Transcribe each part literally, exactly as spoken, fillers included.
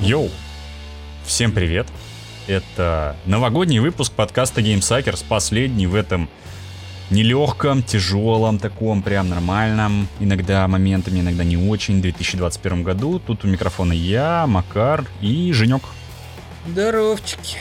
Йоу! Всем привет! Это новогодний выпуск подкаста GameSuckers, последний в этом нелегком, тяжелом, таком прям нормальном, иногда моментами, иногда не очень, две тысячи двадцать первом году. Тут у микрофона я, Макар и Женек. Здоровчики.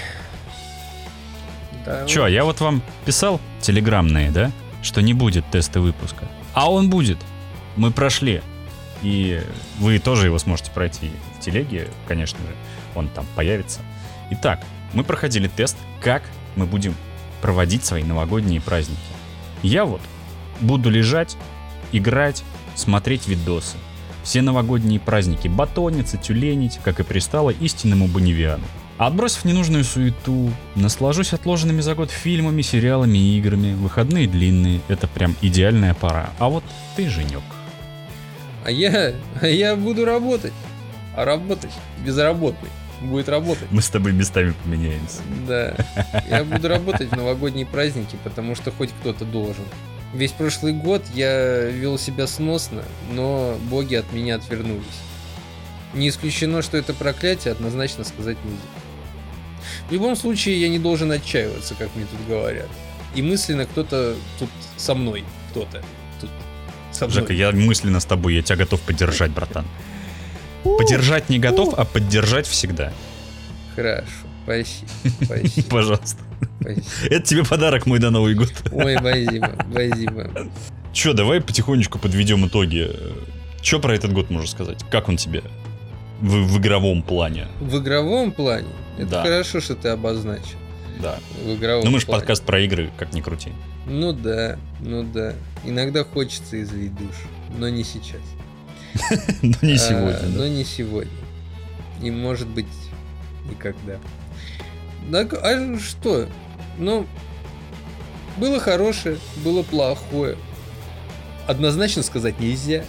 Здоровчики. Чё, я вот вам писал телеграммные, да, что не будет теста выпуска. А он будет. Мы прошли. И вы тоже его сможете пройти в телеге, конечно же, он там появится. Итак, мы проходили тест, как мы будем проводить свои новогодние праздники. Я вот буду лежать, играть, смотреть видосы. Все новогодние праздники батониться, тюленить, как и пристало истинному бонивиану. А отбросив ненужную суету, наслажусь отложенными за год фильмами, сериалами и играми. Выходные длинные, это прям идеальная пора. А вот ты, Женек. А я, а я буду работать. А работать безработный будет работать. Мы с тобой местами поменяемся. Да. Я буду работать в новогодние праздники, потому что хоть кто-то должен. Весь прошлый год я вел себя сносно, но боги от меня отвернулись. Не исключено, что это проклятие, однозначно сказать нельзя. В любом случае, я не должен отчаиваться, как мне тут говорят. И мысленно кто-то тут со мной, кто-то тут со мной. Жека, я мысленно с тобой, я тебя готов поддержать, братан. Поддержать не готов, а поддержать всегда. Хорошо, спасибо, спасибо. Пожалуйста. Спасибо. Это тебе подарок мой на Новый год. Ой, спасибо, спасибо. Че, давай потихонечку подведем итоги. Че про этот год можешь сказать? Как он тебе в, в игровом плане? В игровом плане? Это да. Хорошо, что ты обозначил. Да. В игровом ну мы же плане. подкаст про игры, как ни крути. Ну да, ну да. Иногда хочется излить душу, но не сейчас. Но не сегодня. А, но не сегодня. И может быть никогда. Так, а что? Ну, было хорошее, было плохое. Однозначно сказать нельзя.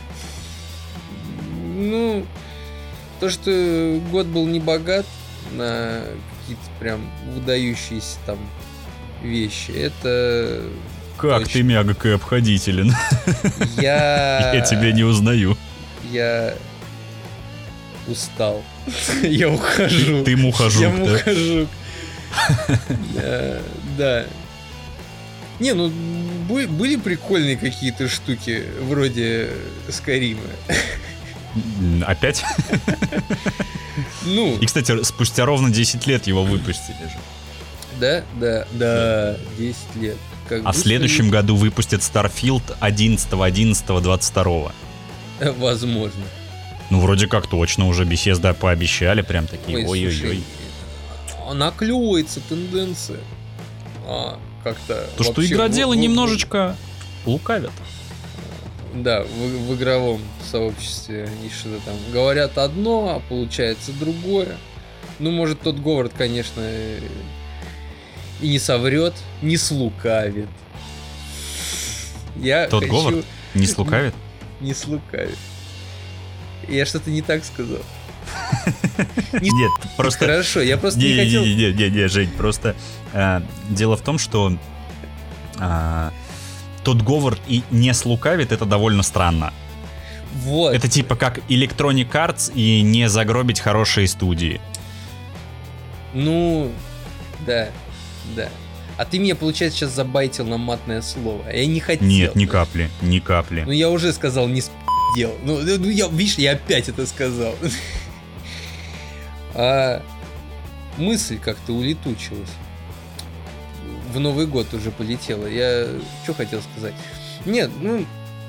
Ну, то, что год был не богат на какие-то прям выдающиеся там вещи, это... Как точно. Ты мягок и обходителен. Я... Я тебя не узнаю. Я устал. Я ухожу. Ты мухожук, Я да? мухожук. Да. Не, ну были прикольные какие-то штуки вроде Скайрима. Опять? Ну. И, кстати, спустя ровно десять лет его выпустили же. Да, да, да, десять лет. Как а в следующем году выпустят Starfield одиннадцатого одиннадцатого двадцать второго. Возможно. Ну, вроде как точно уже Bethesda пообещали, прям такие, ой, ой-ой-ой. Наклевывается тенденция. А, как-то... То, что игроделы в, немножечко в... лукавят. Да, в, в игровом сообществе они что-то там говорят одно, а получается другое. Ну, может, тот Говард, конечно, и не соврет, не слукавит. Я тот хочу... Говард не слукавит? Не слукавит. Я что-то не так сказал. Нет, просто... Хорошо, я просто не хотел... Нет, нет, нет, Жень, просто дело в том, что тот Говард и не слукавит, это довольно странно. Вот. Это типа как Electronic Arts и не загробить хорошие студии. Ну, да, да. А ты меня, получается, сейчас забайтил на матное слово. Я не хотел. Нет, ни капли, ни капли. Ну, я уже сказал, не спи***дел. Ну, ну я, видишь, я опять это сказал. А мысль как-то улетучилась. В Новый год уже полетела. Я что хотел сказать? Нет, ну...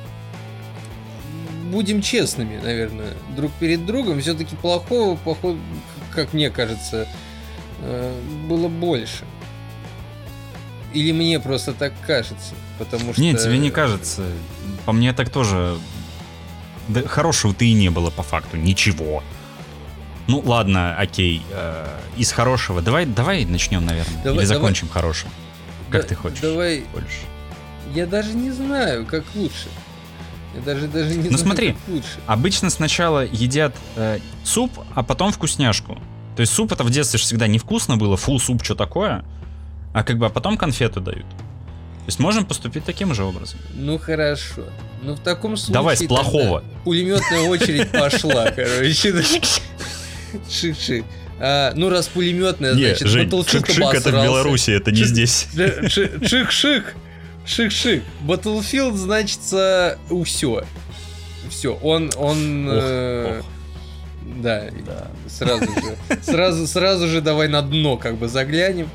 Будем честными, наверное, друг перед другом. Все-таки плохого, походу, как мне кажется, было больше. Или мне просто так кажется, потому что... Нет, тебе не кажется. По мне так тоже... Да, хорошего-то и не было по факту, ничего. Ну ладно, окей. Э, из хорошего. Давай, давай начнем, наверное. Давай, Или закончим давай. Хорошим. Как да, ты хочешь? Давай. Больше. Я даже не знаю, как лучше. Я даже, даже не ну знаю, смотри, как лучше. Обычно сначала едят э, суп, а потом вкусняшку. То есть суп это в детстве всегда невкусно было. Фу, суп, что такое? А как бы а потом конфеты дают. То есть можем поступить таким же образом. Ну хорошо. Ну в таком случае... Давай с плохого. Пулеметная очередь пошла, короче. Шик-шик. А, ну, раз пулеметная, Не, значит, Жень, Battlefield шик-шик это в Беларуси, это не Шик- здесь. Шик-шик. Шик-шик. Battlefield, значится, все. Все, он... он Ох, э, ох. Да, Да. сразу же. Сразу, сразу же давай на дно как бы заглянем.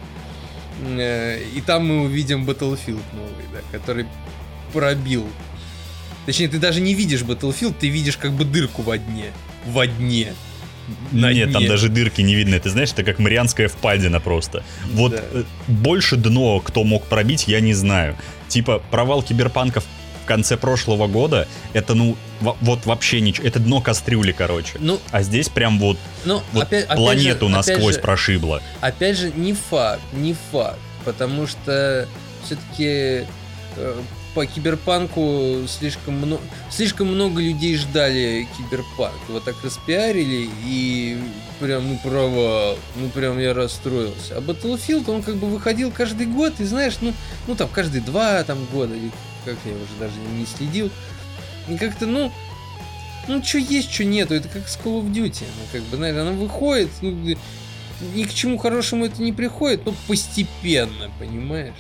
Э, И там мы увидим Battlefield новый, да, который пробил. Точнее, ты даже не видишь Battlefield, ты видишь как бы дырку во дне. Во дне. На Нет, там дне. даже дырки не видно. Ты знаешь, это как Марианская впадина просто. Вот Да. э, больше дно кто мог пробить, я не знаю. Типа провал Киберпанка в конце прошлого года, это ну во- вот вообще ничего. Это дно кастрюли, короче. Ну, А здесь прям вот, ну вот опять, опять планету же, насквозь опять же, прошибло. Опять же, не факт, не факт. Потому что все-таки по Киберпанку слишком много, слишком много людей ждали Киберпанк. Его так распиарили, и прям, ну, провал. Ну, прям я расстроился. А Battlefield, он как бы выходил каждый год, и знаешь, ну, ну там, каждые два там, года, или как я уже даже не следил. И как-то, ну, ну, что есть, что нету. Это как с Call of Duty. Ну, как бы, знаешь, она выходит, ну, ни к чему хорошему это не приходит, но постепенно, понимаешь?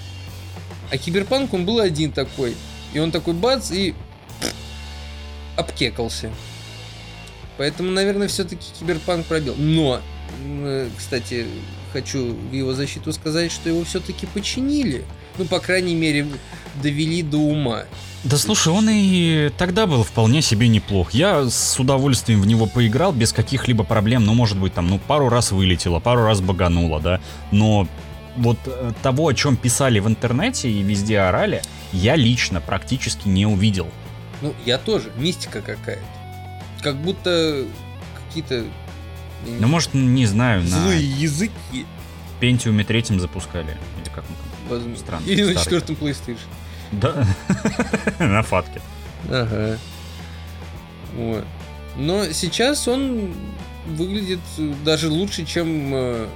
А Киберпанк, он был один такой. И он такой бац, и обкекался. Поэтому, наверное, все-таки Киберпанк пробил. Но, кстати, хочу в его защиту сказать, что его все-таки починили. Ну, по крайней мере, довели до ума. Да слушай, он и тогда был вполне себе неплох. Я с удовольствием в него поиграл без каких-либо проблем. Ну, может быть, там, ну, пару раз вылетело, пару раз багануло, да. Но вот э, того, о чем писали в интернете и везде орали, я лично практически не увидел. Ну, я тоже. Мистика какая-то. Как будто какие-то... Ну, может, не знаю, злые на языки. Пентиуме третьем запускали. Или как мы там? Возможно. Странно, Или на старый. четвертом PlayStation. Да, на фатке. Ага. Вот. Но сейчас он выглядит даже лучше, чем, э,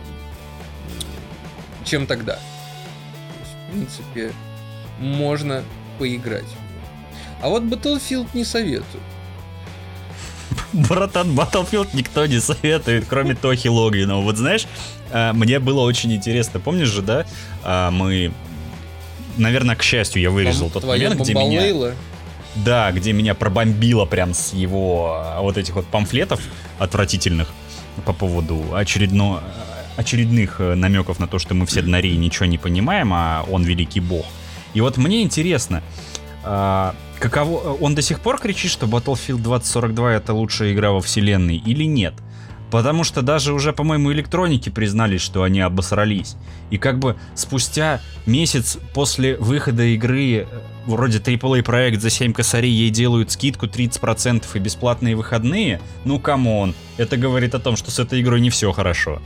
чем тогда. То есть, в принципе, можно поиграть. А вот Battlefield не советую. Братан, Battlefield никто не советует, кроме Тохи Логвинова. Вот знаешь, э, мне было очень интересно. Помнишь же, да, э, мы... Наверное, к счастью, я вырезал Бом- тот твоя момент, где меня... бомбалейла. Да, где меня пробомбило прям с его а, вот этих вот памфлетов отвратительных по поводу очередно... очередных э, намеков на то, что мы все днари и ничего не понимаем, а он великий бог. И вот мне интересно, а, каково... он до сих пор кричит, что Battlefield двадцать сорок два это лучшая игра во вселенной или нет? Потому что даже уже, по-моему, электроники признались, что они обосрались. И как бы спустя месяц после выхода игры, вроде трипл эй проект за семь косарей, ей делают скидку тридцать процентов и бесплатные выходные, ну камон, это говорит о том, что с этой игрой не все хорошо.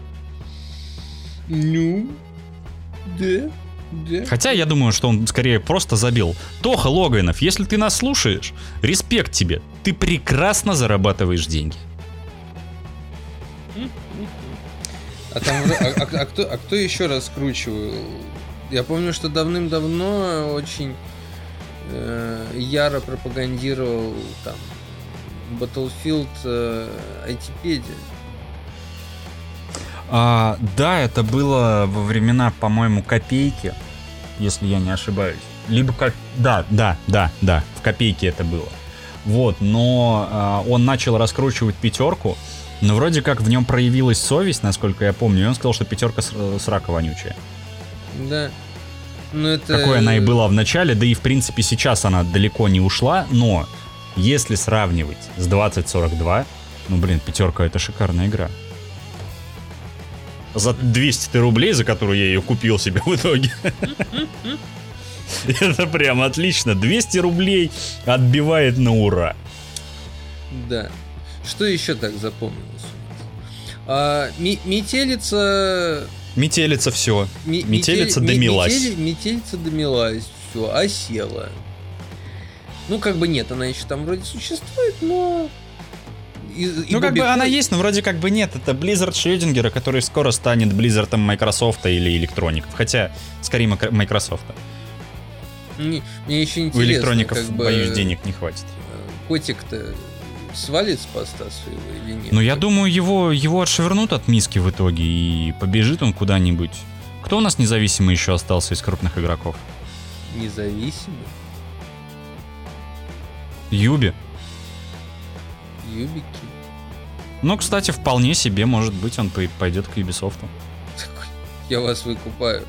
Ну, да, да. Хотя я думаю, что он скорее просто забил. Тоха Логвинов, если ты нас слушаешь, респект тебе, ты прекрасно зарабатываешь деньги. А там, а, а- а кто, а кто еще раскручивал? Я помню, что давным-давно очень э, яро пропагандировал там Battlefield э, айтипедия. А, да, это было во времена, по-моему, Копейки, если я не ошибаюсь. Либо как... Да, да, да, да, в Копейке это было. Вот, но а, он начал раскручивать пятерку, но вроде как в нем проявилась совесть, насколько я помню, и он сказал, что пятерка с- срака вонючая. Да. Ну это... Какой она и была в начале, да и в принципе сейчас она далеко не ушла, но если сравнивать с двадцать сорок два, ну блин, пятерка это шикарная игра. За двести рублей, за которую я ее купил себе в итоге. Это прям отлично. двести рублей отбивает на ура. Да. Что еще так запомнилось у нас? А, ми- метелица... Метелица все. ми- Метелица метель- домилась. метели- метелица домилась. Все, осела. Ну, как бы нет, она еще там вроде существует, но... И- и Ну, как Бобби бы она Кой- есть, но вроде как бы нет. Это Blizzard Schrödingera, который скоро станет Blizzard'ом Microsoft или электроников. Хотя, скорее, Мак- Microsoft. Мне, мне еще У интересно, электроников, как бы, боюсь, денег не хватит. котик-то свалит с поста своего или нет? Ну, я думаю, его, его отшвырнут от миски в итоге, и побежит он куда-нибудь. Кто у нас независимый еще остался из крупных игроков? Независимый? Юби. Юбики? Ну, кстати, вполне себе, может быть, он пойдет к Ubisoft. Я вас выкупаю.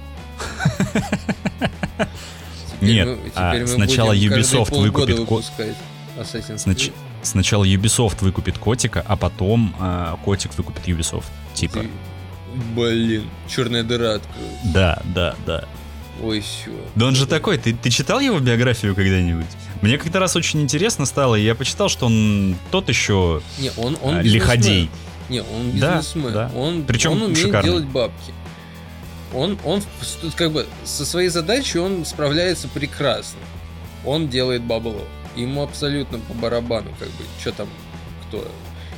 Нет, мы, а сначала Ubisoft выкупит выпускать Снач... Сначала Ubisoft выкупит котика, а потом э, котик выкупит Ubisoft. Типа. Ты... Блин, черная дыра откроется. Да, да, да. Ой, все. Да он же такой, ты, ты читал его биографию когда-нибудь? Мне как-то раз очень интересно стало, и я почитал, что он тот еще Не, он, он э, лиходей. Не, он бизнесмен. Да, да. Он, Причем он умеет шикарный. делать бабки. Он, он как бы со своей задачей он справляется прекрасно. Он делает бабло. Ему абсолютно по барабану, как бы, что там, кто.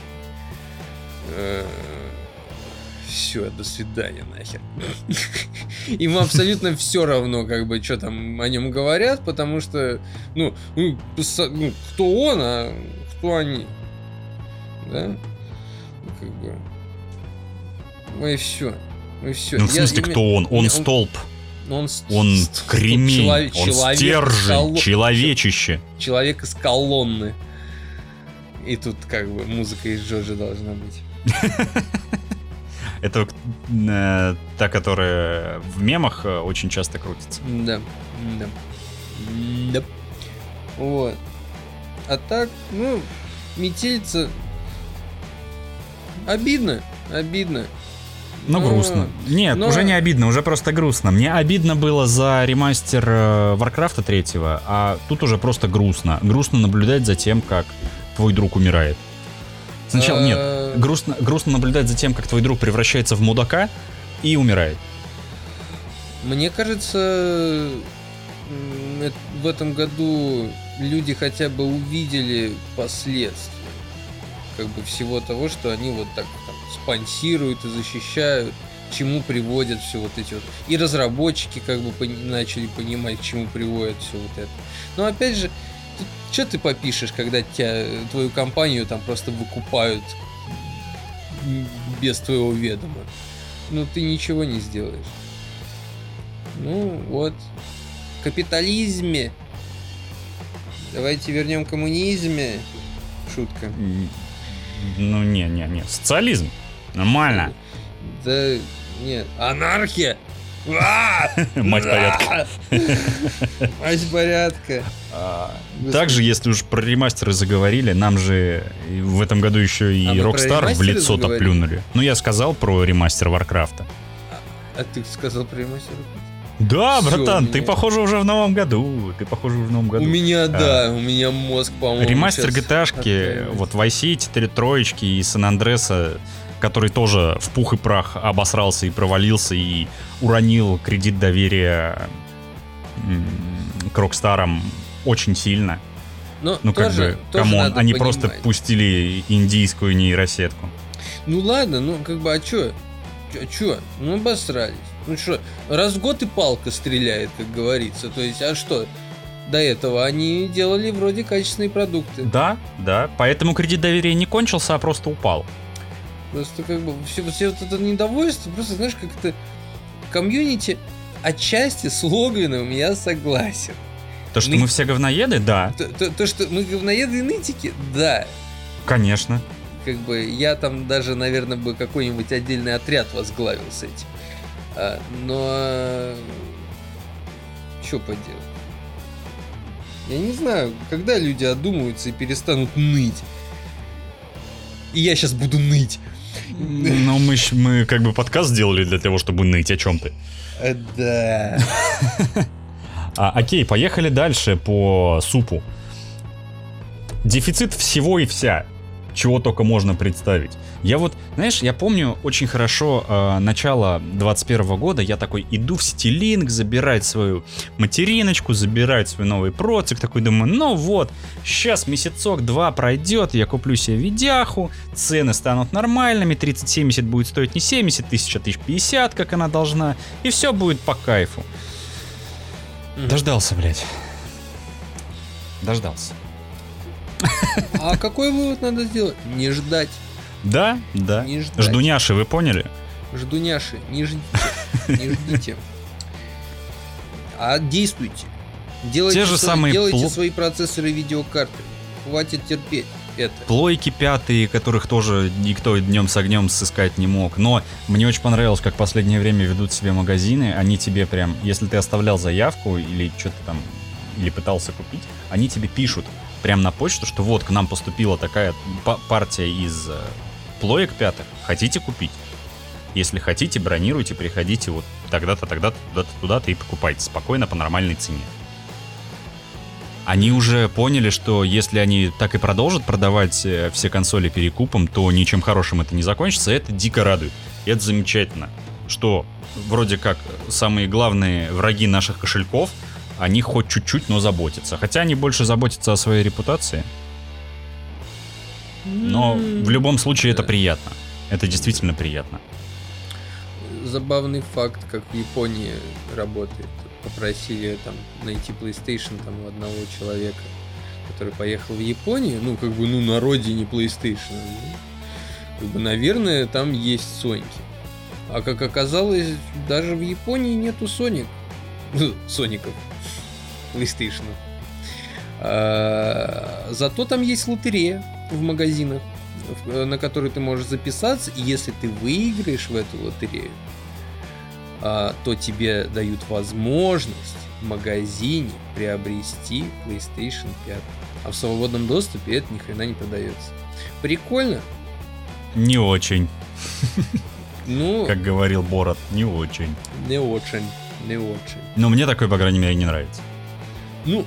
Все, до свидания нахер. Ему абсолютно все равно, как бы, что там о нем говорят, потому что, ну, ну, кто он, а кто они. Да? Как бы. Ну и все. Ну, и все. Ну, в смысле, я, кто я, он? Он, он столб. Он, он ст- кремень, человек, он человек стержень, колон... человечище. Человек из колонны. И тут как бы музыка из Джоджи должна быть. Это э, та, которая в мемах очень часто крутится. Да, да, да. Вот. А так, ну, метельца... Обидно, обидно. Ну, но... грустно. Нет, но... уже не обидно, уже просто грустно. Мне обидно было за ремастер Warcraft третьего, а тут уже просто грустно. Грустно наблюдать за тем, как твой друг умирает. Сначала, нет, грустно, грустно наблюдать за тем, как твой друг превращается в мудака и умирает. Мне кажется, в этом году люди хотя бы увидели последствия. Как бы всего того, что они вот так там спонсируют и защищают, к чему приводят все вот эти вот. И разработчики как бы пон- начали понимать, к чему приводят все вот это. Но опять же, что ты попишешь, когда тебя, твою компанию там просто выкупают без твоего ведома? Ну, ты ничего не сделаешь. Ну, вот. В капитализме. Давайте вернем коммунизме. Шутка. Ну, не-не-не. Социализм. Нормально. Да, нет. Анархия. Мать порядка. Мать порядка. Также, если уж про ремастеры заговорили, нам же в этом году еще и Rockstar в лицо-то плюнули. Ну, я сказал про ремастер Warcraft. А ты сказал про ремастер? Да, Всё, братан, меня... ты, похоже, уже в новом году. Ты, похоже, уже в новом году. У меня, да, а, у меня мозг, по-моему, ремастер джи ти эй-шки, вот Vice City, троечки и Сан-Андреса, который тоже в пух и прах обосрался и провалился, и уронил кредит доверия к Рокстарам очень сильно. Но ну, как тоже, бы, камон, они понимать. Просто пустили индийскую нейросетку. Ну ладно, ну как бы, а чё? Чё, чё? Ну обосрались. Ну что, раз в год и палка стреляет, как говорится. То есть, а что? До этого они делали вроде качественные продукты. Да, да. Поэтому кредит доверия не кончился, а просто упал. Просто как бы все, все вот это недовольство, просто, знаешь, как-то комьюнити отчасти с Логвином я согласен. То, что мы, мы все говноеды, да. То, то, то, что мы говноеды и нытики, да. Конечно. Как бы я там даже, наверное, бы какой-нибудь отдельный отряд возглавил с этим. А, но что поделать? Я не знаю, когда люди одумаются и перестанут ныть. И я сейчас буду ныть. Ну, мы, мы как бы подкаст сделали для того, чтобы ныть. О чем ты? А, да. а, окей, поехали дальше по супу. Дефицит всего и вся. Чего только можно представить. Я вот, знаешь, я помню очень хорошо э, начало двадцать первого года. Я такой иду в Ситилинк забирать свою материночку, забирать свой новый процик. Такой думаю, ну вот, сейчас месяцок-два пройдет, я куплю себе видяху, цены станут нормальными, тридцать семьдесят будет стоить не семьдесят тысяч, а тысяча пятьдесят, как она должна, и все будет по кайфу. Mm-hmm. Дождался, блядь. Дождался. А какой вывод надо сделать? Не ждать. Да, да. Не ждать. Ждуняши, вы поняли? Ждуняши, не ждите. Не ждите. А действуйте. Делайте, Те же свои, самые делайте пло... свои процессоры и видеокарты. Хватит терпеть это. Плойки пятые, которых тоже никто днем с огнем сыскать не мог. Но мне очень понравилось, как в последнее время ведут себя магазины. Они тебе прям, если ты оставлял заявку или что-то там, или пытался купить, они тебе пишут прям на почту, что вот к нам поступила такая партия из плоек пятых. Хотите купить? Если хотите, бронируйте, приходите вот тогда-то, тогда-то, туда-то, туда-то и покупайте спокойно по нормальной цене. Они уже поняли, что если они так и продолжат продавать все консоли перекупом, то ничем хорошим это не закончится. Это дико радует. И это замечательно, что вроде как самые главные враги наших кошельков, они хоть чуть-чуть, но заботятся. Хотя они больше заботятся о своей репутации. Но в любом случае это приятно. Это действительно приятно. Забавный факт, как в Японии работает. Попросили там найти PlayStation там у одного человека, который поехал в Японию, ну как бы ну на родине PlayStation, ну, как бы наверное там есть Соньки, а как оказалось даже в Японии нету Соник, Соников, PlayStation. А, зато там есть лотерея в магазинах, на которую ты можешь записаться, и если ты выиграешь в эту лотерею, то тебе дают возможность в магазине приобрести PlayStation пять. А в свободном доступе это ни хрена не продается. Прикольно? Не очень. Ну, как говорил Борат, не очень. Не очень, не очень. Но мне такой, по крайней мере, не нравится. Ну,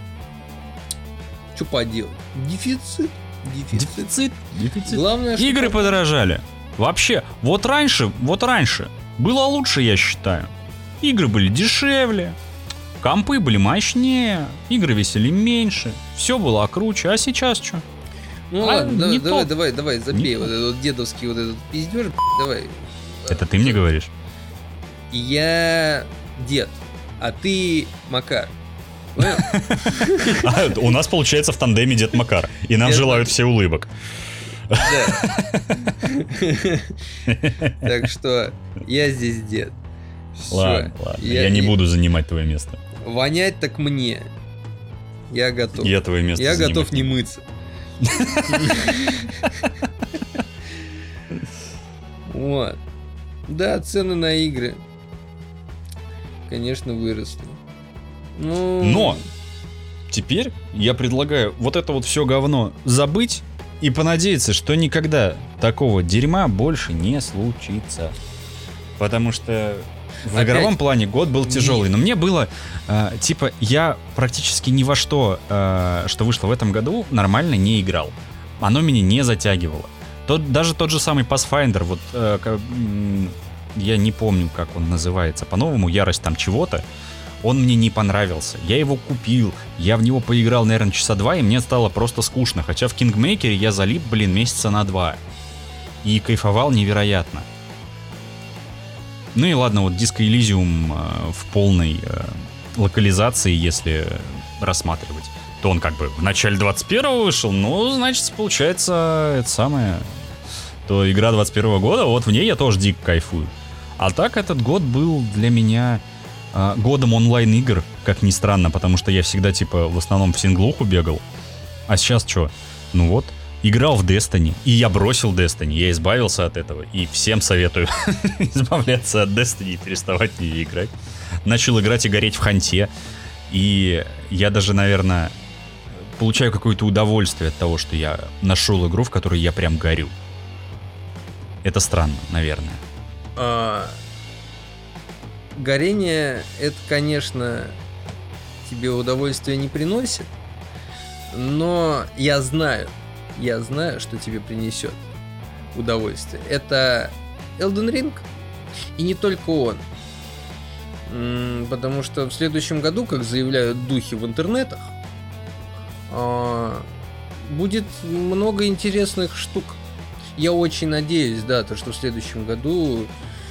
что поделать? Дефицит. Дефицит. Дефицит. Дефицит. Главное, что игры так... подорожали. Вообще, вот раньше, вот раньше было лучше, я считаю. Игры были дешевле, компы были мощнее, игры весили меньше, все было круче. А сейчас что? Ну а, ладно, давай, давай, то. давай, давай, забей вот этот вот дедовский вот этот пиздеж, давай. Это ты мне говоришь? Я дед, а ты Макар. А, у нас получается в тандеме Дед Макар, и нам Дед желают Макар. все улыбок. Да. Так что я здесь дед. Всё. Ладно, ладно, я, я не буду занимать твое место. Вонять так мне. Я готов. Я твое место Я занимать готов не мыться. Вот. Да, цены на игры, конечно, выросли. Ну... Но теперь я предлагаю вот это вот все говно забыть и понадеяться, что никогда такого дерьма больше не случится. Потому что в Опять? игровом плане год был тяжелый. Нет. Но мне было, э, типа, я практически ни во что, э, что вышло в этом году, нормально не играл. Оно меня не затягивало. Тот, даже тот же самый Pathfinder, вот э, как, м, я не помню, как он называется по-новому, ярость там чего-то, он мне не понравился. Я его купил, я в него поиграл, наверное, часа два, и мне стало просто скучно. Хотя в Kingmaker я залип, блин, месяца на два. И кайфовал невероятно. Ну и ладно, вот Disco Elysium э, в полной э, локализации, если рассматривать, то он как бы в начале двадцать первого вышел, ну, значит, получается, это самое, то игра двадцать первого года, вот в ней я тоже дико кайфую. А так этот год был для меня э, годом онлайн-игр, как ни странно, потому что я всегда, типа, в основном в синглуху бегал. А сейчас что? Ну вот, играл в Destiny, и я бросил Destiny, я избавился от этого, и всем советую избавляться от Destiny и переставать в нее играть. Начал играть и гореть в Ханте, и я даже, наверное, получаю какое-то удовольствие от того, что я нашел игру, в которой я прям горю. Это странно, наверное. А, горение, это, конечно, тебе удовольствие не приносит, но я знаю, я знаю, что тебе принесет удовольствие. Это Elden Ring, и не только он. М, Потому что в следующем году, как заявляют духи в интернетах, а, будет много интересных штук. Я очень надеюсь, да, то, что в следующем году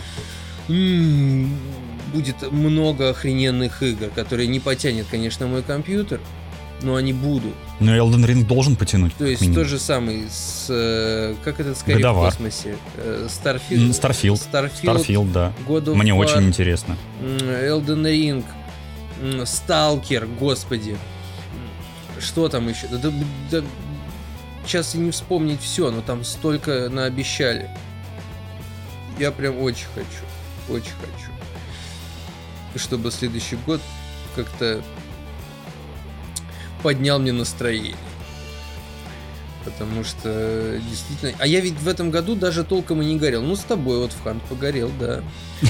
м, будет много охрененных игр, которые не потянет, конечно, мой компьютер, но они будут. Но Elden Ring должен потянуть. То есть минимум. тот же самый, с, э, как это скорее God of War. в космосе? Э, Starfield. Starfield. Starfield, Starfield, да. God of Мне War, очень интересно. Elden Ring, Stalker, господи. Что там еще? Да, да, да, сейчас и не вспомнить все, но там столько наобещали. Я прям очень хочу. Очень хочу. Чтобы следующий год как-то поднял мне настроение. Потому что действительно... А я ведь в этом году даже толком и не горел. Ну, с тобой вот в Хант погорел, да.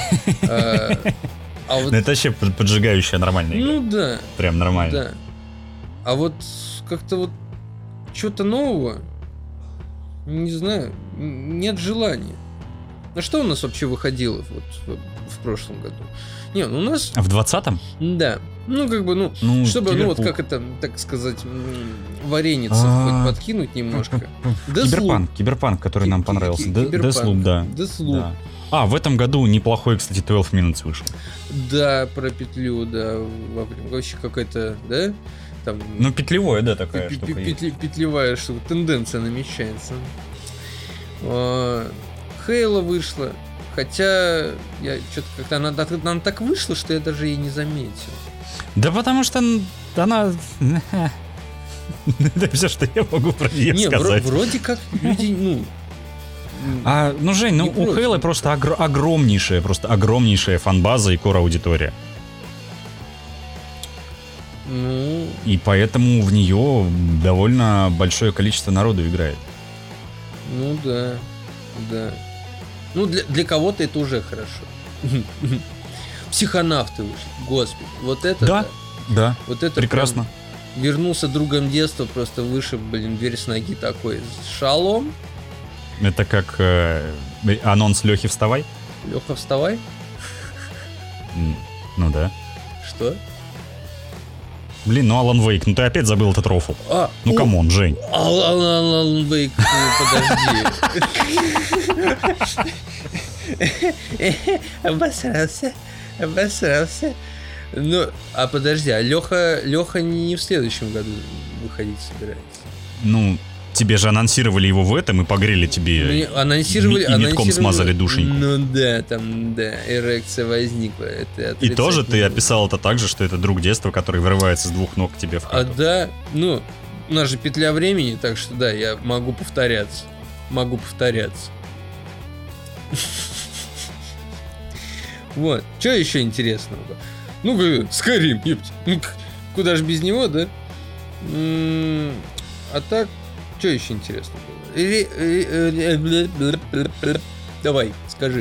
А вот... Это вообще поджигающая нормальная игра. Ну да. Прям нормально. Да. А вот как-то вот что-то нового, не знаю, нет желания. А что у нас вообще выходило вот в, в прошлом году? Не, ну у нас... А в двадцатом? Да. Ну, как бы, ну, ну чтобы, киберпук. ну, вот как это, так сказать, вареница хоть подкинуть немножко. Киберпанк, киберпанк, который нам понравился. Deathloop, да. Deathloop. А, в этом году неплохой, кстати, двенадцать Minutes вышел. Да, про петлю, да. Вообще какая-то, да? Там... Ну, петлевое, да, такая штука петли, петлевая штука, тенденция намечается. Хейла вышла. Хотя, я что-то как-то она, она так вышла, что я даже и не заметил. Да потому что она... Это все, что я могу про нее не, сказать. Не, вроде как люди, ну... А, ну, Жень, ну у Хейла просто огр- огромнейшая, просто огромнейшая фан-база и кор-аудитория. Ну... И поэтому в нее довольно большое количество народу играет. Ну да, да. Ну для, для кого-то это уже хорошо. Психонавты вышли, господи, вот это да, да, да. Вот это прекрасно. Вернулся другом детства, просто вышиб, блин, дверь с ноги такой. Шалом. Это как э, анонс Лехи «Вставай». Леха, вставай. Ну да. Что? Блин, ну Алан Вейк, ну ты опять забыл этот рофл. А, ну камон, Жень. Алан Вейк, подожди. Обосрался, обосрался. Ну, а подожди, а Леха, Леха не в следующем году выходить собирается? Ну, тебе же анонсировали его в этом и погрели тебе. Ну, анонсировали, и нитком смазали душеньку. Ну да, там, да, эрекция возникла. Это и тоже ты описал это так же, что это друг детства, который вырывается с двух ног к тебе в хату. А да, ну, у нас же петля времени, так что да, я могу повторяться. Могу повторяться. Вот, что еще интересного? Ну, Skyrim, ёпть. Ну, куда же без него, да? А так, что еще интересно было? Давай, скажи.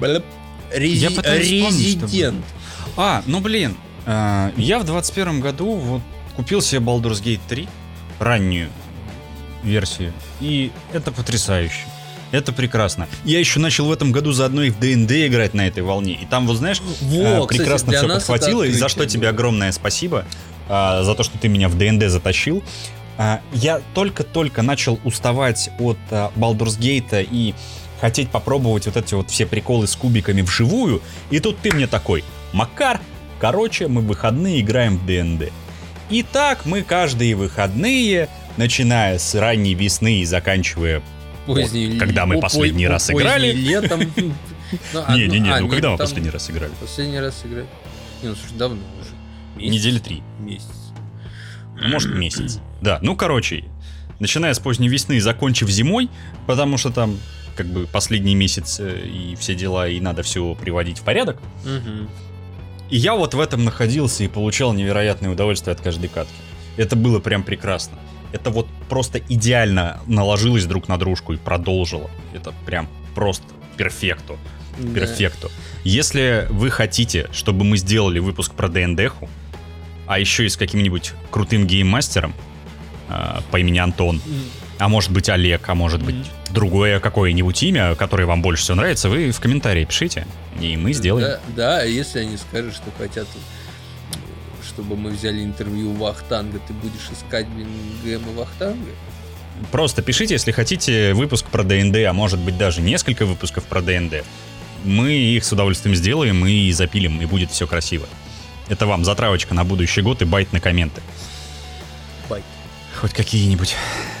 Резидент. А, ну блин, я в двадцать первом году вот купил себе Baldur's Gate три, раннюю версию, и это потрясающе. Это прекрасно. Я еще начал в этом году заодно и в ди энд ди играть на этой волне. И там, вот знаешь, Во, прекрасно кстати, все подхватило. И за что тебе огромное спасибо. А, за то, что ты меня в ди энд ди затащил. А, я только-только начал уставать от а, Baldur's Gate и хотеть попробовать вот эти вот все приколы с кубиками вживую. И тут ты мне такой: Макар, короче, мы в выходные играем в ди энд ди. И так мы каждые выходные, начиная с ранней весны и заканчивая Поздний, когда мы о, последний о, раз играли. Летом. Не-не-не, ну когда мы последний раз играли? Последний раз играли. Не, ну слушай, давно уже. Недели три. Месяц. Может, месяц. Да, ну короче, начиная с поздней весны и закончив зимой, потому что там как бы последний месяц и все дела, и надо все приводить в порядок. И я вот в этом находился и получал невероятное удовольствие от каждой катки. Это было прям прекрасно. Это вот просто идеально наложилось друг на дружку и продолжило. Это прям просто перфекто. Перфекто. Да. Если вы хотите, чтобы мы сделали выпуск про ди энд ди-ху, а еще и с каким-нибудь крутым гейммастером э, по имени Антон, mm. а может быть Олег, а может быть mm. другое какое-нибудь имя, которое вам больше всего нравится, вы в комментарии пишите, и мы сделаем. Да, да, если они скажут, что хотят, чтобы мы взяли интервью у Вахтанга, ты будешь искать, блин, ГМ Вахтанга? Просто пишите, если хотите выпуск про ди энд ди, а может быть даже несколько выпусков про ди энд ди. Мы их с удовольствием сделаем и запилим, и будет все красиво. Это вам затравочка на будущий год и байт на комменты. Байт. Хоть какие-нибудь.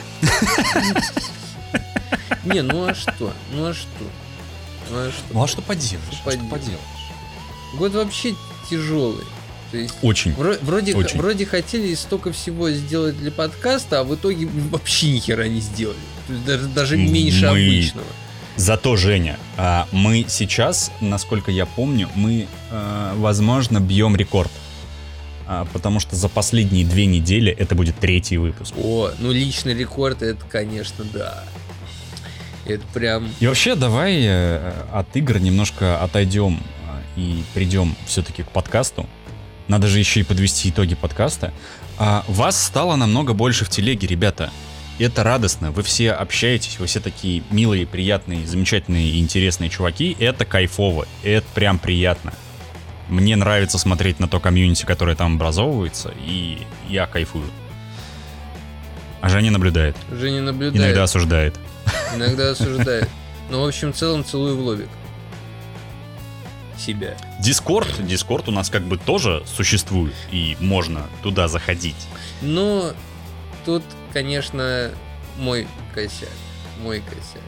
Не, ну а что? Ну а что? Ну а что, ну, а что поделаешь? Что что поделаешь? поделаешь? Год вообще тяжелый. То есть Очень. Вро- вроде, очень. вроде хотели столько всего сделать для подкаста, а в итоге вообще ни хера не сделали. То есть даже, даже меньше Мы... обычного. Зато, Женя, а, мы сейчас, насколько я помню, мы, а, возможно, бьем рекорд. А, потому что за последние две недели это будет третий выпуск. О, ну личный рекорд, это, конечно, да. Это прям... И вообще, давай э, от игр немножко отойдем э, и придем все-таки к подкасту. Надо же еще и подвести итоги подкаста. А, вас стало намного больше в телеге, ребята. И это радостно. Вы все общаетесь, вы все такие милые, приятные, замечательные и интересные чуваки. Это кайфово. Это прям приятно. Мне нравится смотреть на то комьюнити, которое там образовывается, и я кайфую. А Женя наблюдает. Женя наблюдает. Иногда осуждает. Иногда осуждает. Но, в общем, в целом целую в лобик. Себя. Дискорд, Дискорд у нас как бы тоже существует, и можно туда заходить. Но тут, конечно, мой косяк. Мой косяк.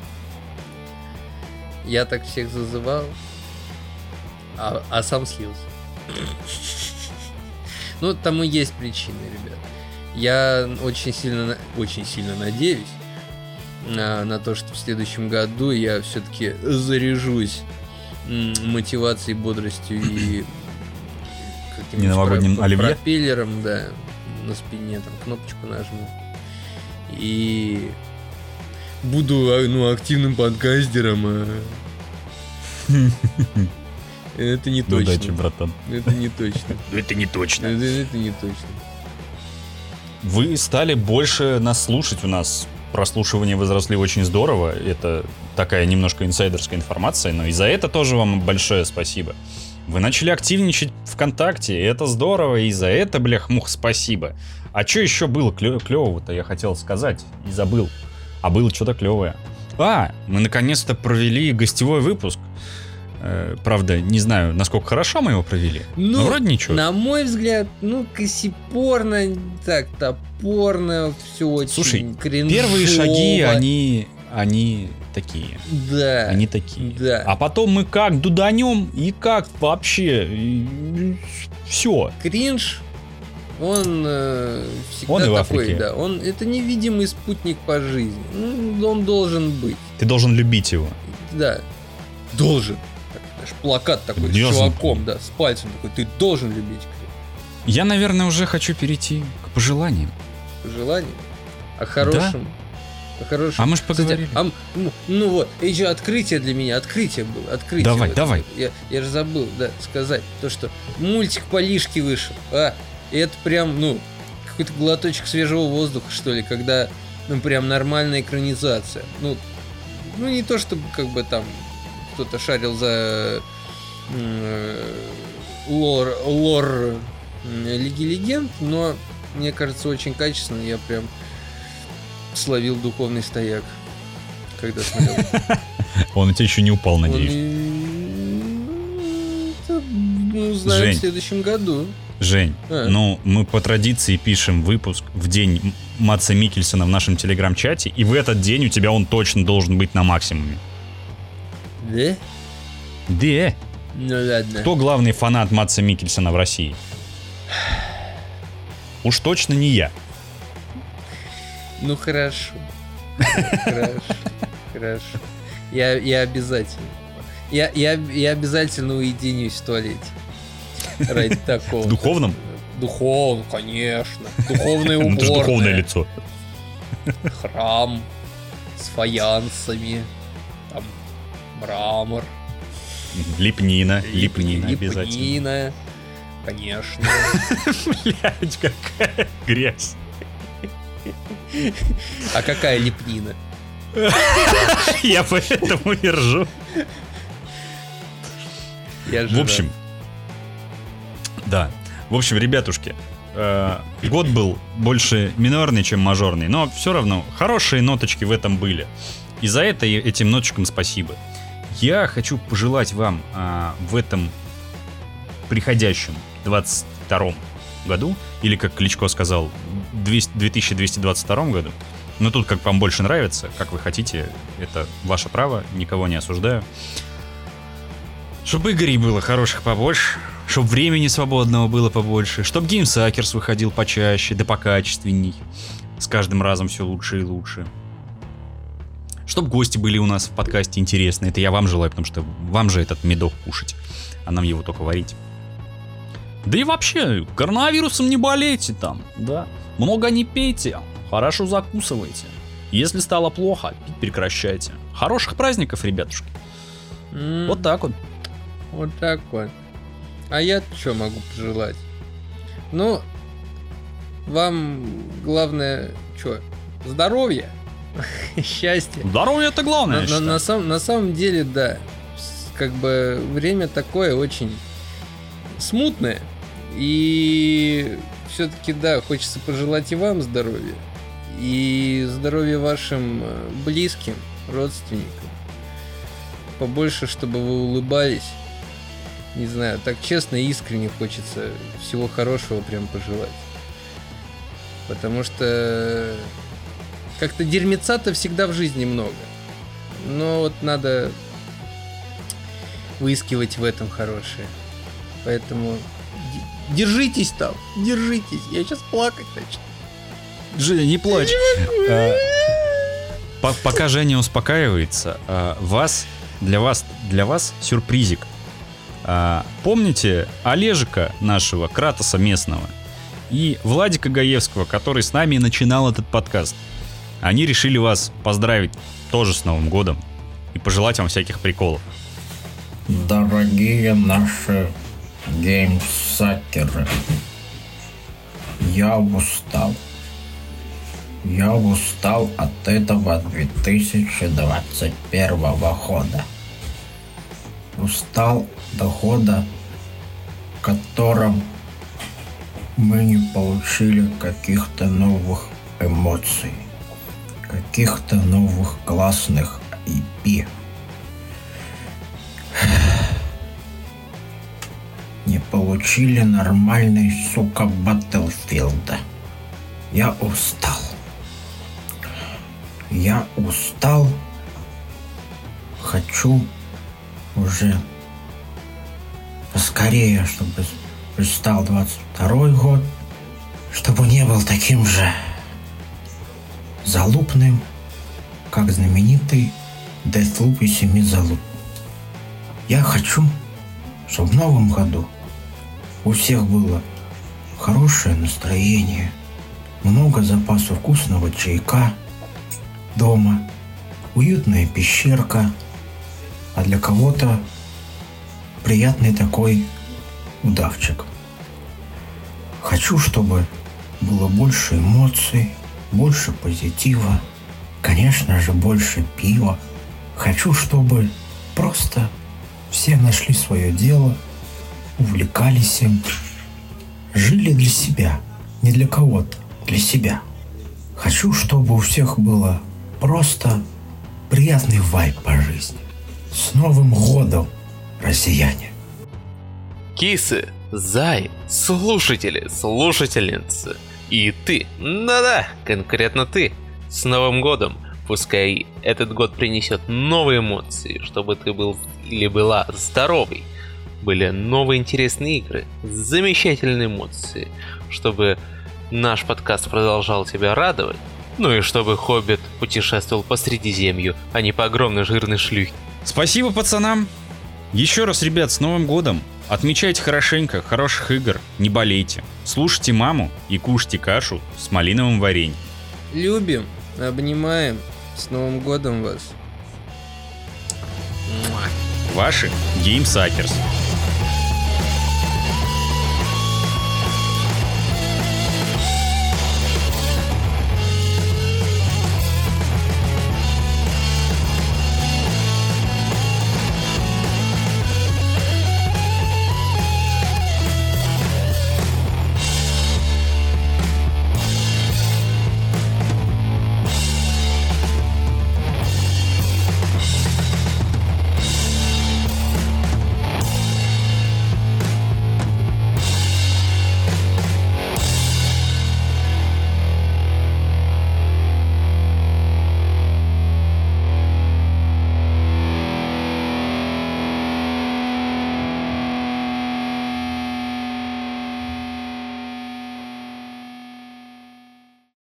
Я так всех зазывал, а, а сам слился. Ну, тому есть причины, ребят. Я очень сильно, очень сильно надеюсь на, на то, что в следующем году я все-таки заряжусь м, мотивацией, бодростью и каким-нибудь новогодним про- оливье? пропеллером, да, на спине, там, кнопочку нажму. И буду, а, ну, активным подкастером. а. Это не точно. Удачи, братан. Это не точно. Это не точно. Это, это не точно. Вы стали больше нас слушать у нас. Прослушивания возросли очень здорово. Это такая немножко инсайдерская информация, но и за это тоже вам большое спасибо. Вы начали активничать ВКонтакте, и это здорово, и за это, блях, мух, спасибо. А что еще было клё- клевого-то, я хотел сказать, и забыл. А было что-то клевое. А, мы наконец-то провели гостевой выпуск. Э, правда, не знаю, насколько хорошо мы его провели. Ну, но вроде ничего. На мой взгляд, ну, косипорно, так, топорно, все очень Слушай, кринжово. Первые шаги, они, они такие. Да. Они такие. Да. А потом мы как дуданем, и как вообще все. Кринж, он э, всегда Он и в такой, Африке. да. Он, это невидимый спутник по жизни. Ну, он должен быть. Ты должен любить его. Да. Должен. Так, знаешь, плакат такой с Должен. чуваком, да, с пальцем такой. Ты должен любить кринж. Я, наверное, уже хочу перейти к пожеланиям. Желание. О хорошем. О хорошем. А мы ж Кстати, поговорили. а м- ну, ну вот, и еще открытие для меня, открытие было, открытие. Давай, вот. давай. Я, я же забыл, да, сказать, то, что мультик Полишки вышел, а, и это прям, ну, какой-то глоточек свежего воздуха, что ли, когда, ну, прям нормальная экранизация. Ну, ну не то, чтобы, как бы, там, кто-то шарил за м, лор, лор м, Лиги Легенд, но, мне кажется, очень качественно, я прям словил духовный стояк, когда смотрел. Он у тебя еще не упал, Он надеюсь. и- это мы узнаем Жень. в следующем году. Жень, А. ну, мы по традиции пишем выпуск в день Матса Миккельсена в нашем телеграм-чате, и в этот день у тебя он точно должен быть на максимуме. Да? Да. Ну ладно. Кто главный фанат Матса Миккельсена в России? Уж точно не я. Ну хорошо. Хорошо. Хорошо. Я, я обязательно. Я, я, я обязательно уединюсь в туалете. Ради такого. В духовном? Духовно, конечно. Духовное Ну, это же духовное уборное. лицо. Храм с фаянсами. Там мрамор. Лепнина, лепнина обязательно. Лепнина. Конечно. Блять, какая грязь. А какая лепнина? Я поэтому и ржу. Я же В общем, да. В общем, ребятушки, э, год был больше минорный, чем мажорный, но все равно хорошие ноточки в этом были. И за это и этим ноточкам спасибо. Я хочу пожелать вам э, в этом приходящем двадцать втором году, или, как Кличко сказал, в две тысячи двести двадцать втором году. Но тут как вам больше нравится, как вы хотите, это ваше право, никого не осуждаю. Чтоб игрей было хороших побольше, чтоб времени свободного было побольше, чтоб GameSuckers выходил почаще, да покачественней. С каждым разом все лучше и лучше. Чтоб гости были у нас в подкасте интересные. Это я вам желаю, потому что вам же этот медок кушать, а нам его только варить. Да и вообще, коронавирусом не болейте там, да. Много не пейте, хорошо закусывайте. Если стало плохо, пить прекращайте. Хороших праздников, ребятушки. Mm. Вот так вот. Вот так вот. А я что могу пожелать? Ну, вам главное, что, здоровье, счастье. Здоровье это главное, на, я на, на, сам, на самом деле, да. Как бы время такое очень смутное. И все-таки, да, хочется пожелать и вам здоровья. И здоровья вашим близким, родственникам. Побольше, чтобы вы улыбались. Не знаю, так честно и искренне хочется всего хорошего прям пожелать. Потому что как-то дерьмеца-то всегда в жизни много. Но вот надо выискивать в этом хорошее. Поэтому держитесь там, держитесь. Я сейчас плакать начну. Женя, не плачь. А, по- пока Женя успокаивается, а, вас, для вас, для вас сюрпризик. А, помните Олежика нашего, Кратоса местного, и Владика Гаевского, который с нами начинал этот подкаст? Они решили вас поздравить тоже с Новым годом и пожелать вам всяких приколов. Дорогие наши геймсакеры, я устал. Я устал от этого две тысячи двадцать первого года. Устал до года, в котором мы не получили каких-то новых эмоций, каких-то новых классных ай пи. Не получили нормальной, сука, Battlefield. Я устал. Я устал. Хочу уже поскорее, чтобы пристал двадцать второй год, чтобы не был таким же залупным, как знаменитый Deathloop и Семи залуп. Я хочу, чтобы в новом году у всех было хорошее настроение, много запасов вкусного чайка дома, уютная пещерка, а для кого-то приятный такой удавчик. Хочу, чтобы было больше эмоций, больше позитива, конечно же, больше пива. Хочу, чтобы просто все нашли свое дело, увлекались им, жили для себя, не для кого-то, для себя. Хочу, чтобы у всех было просто приятный вайб по жизни. С Новым годом, россияне! Кисы, зай, слушатели, слушательницы. И ты, да-да, конкретно ты. С Новым годом! Пускай этот год принесет новые эмоции, чтобы ты был или была здоровый. Были новые интересные игры, замечательные эмоции, чтобы наш подкаст продолжал тебя радовать. Ну и чтобы Хоббит путешествовал по Средиземью, а не по огромной жирной шлюхе. Спасибо пацанам. Еще раз, ребят, с Новым годом. Отмечайте хорошенько, хороших игр, не болейте. Слушайте маму и кушайте кашу с малиновым вареньем. Любим, обнимаем. С Новым годом вас. Ваши GameSuckers.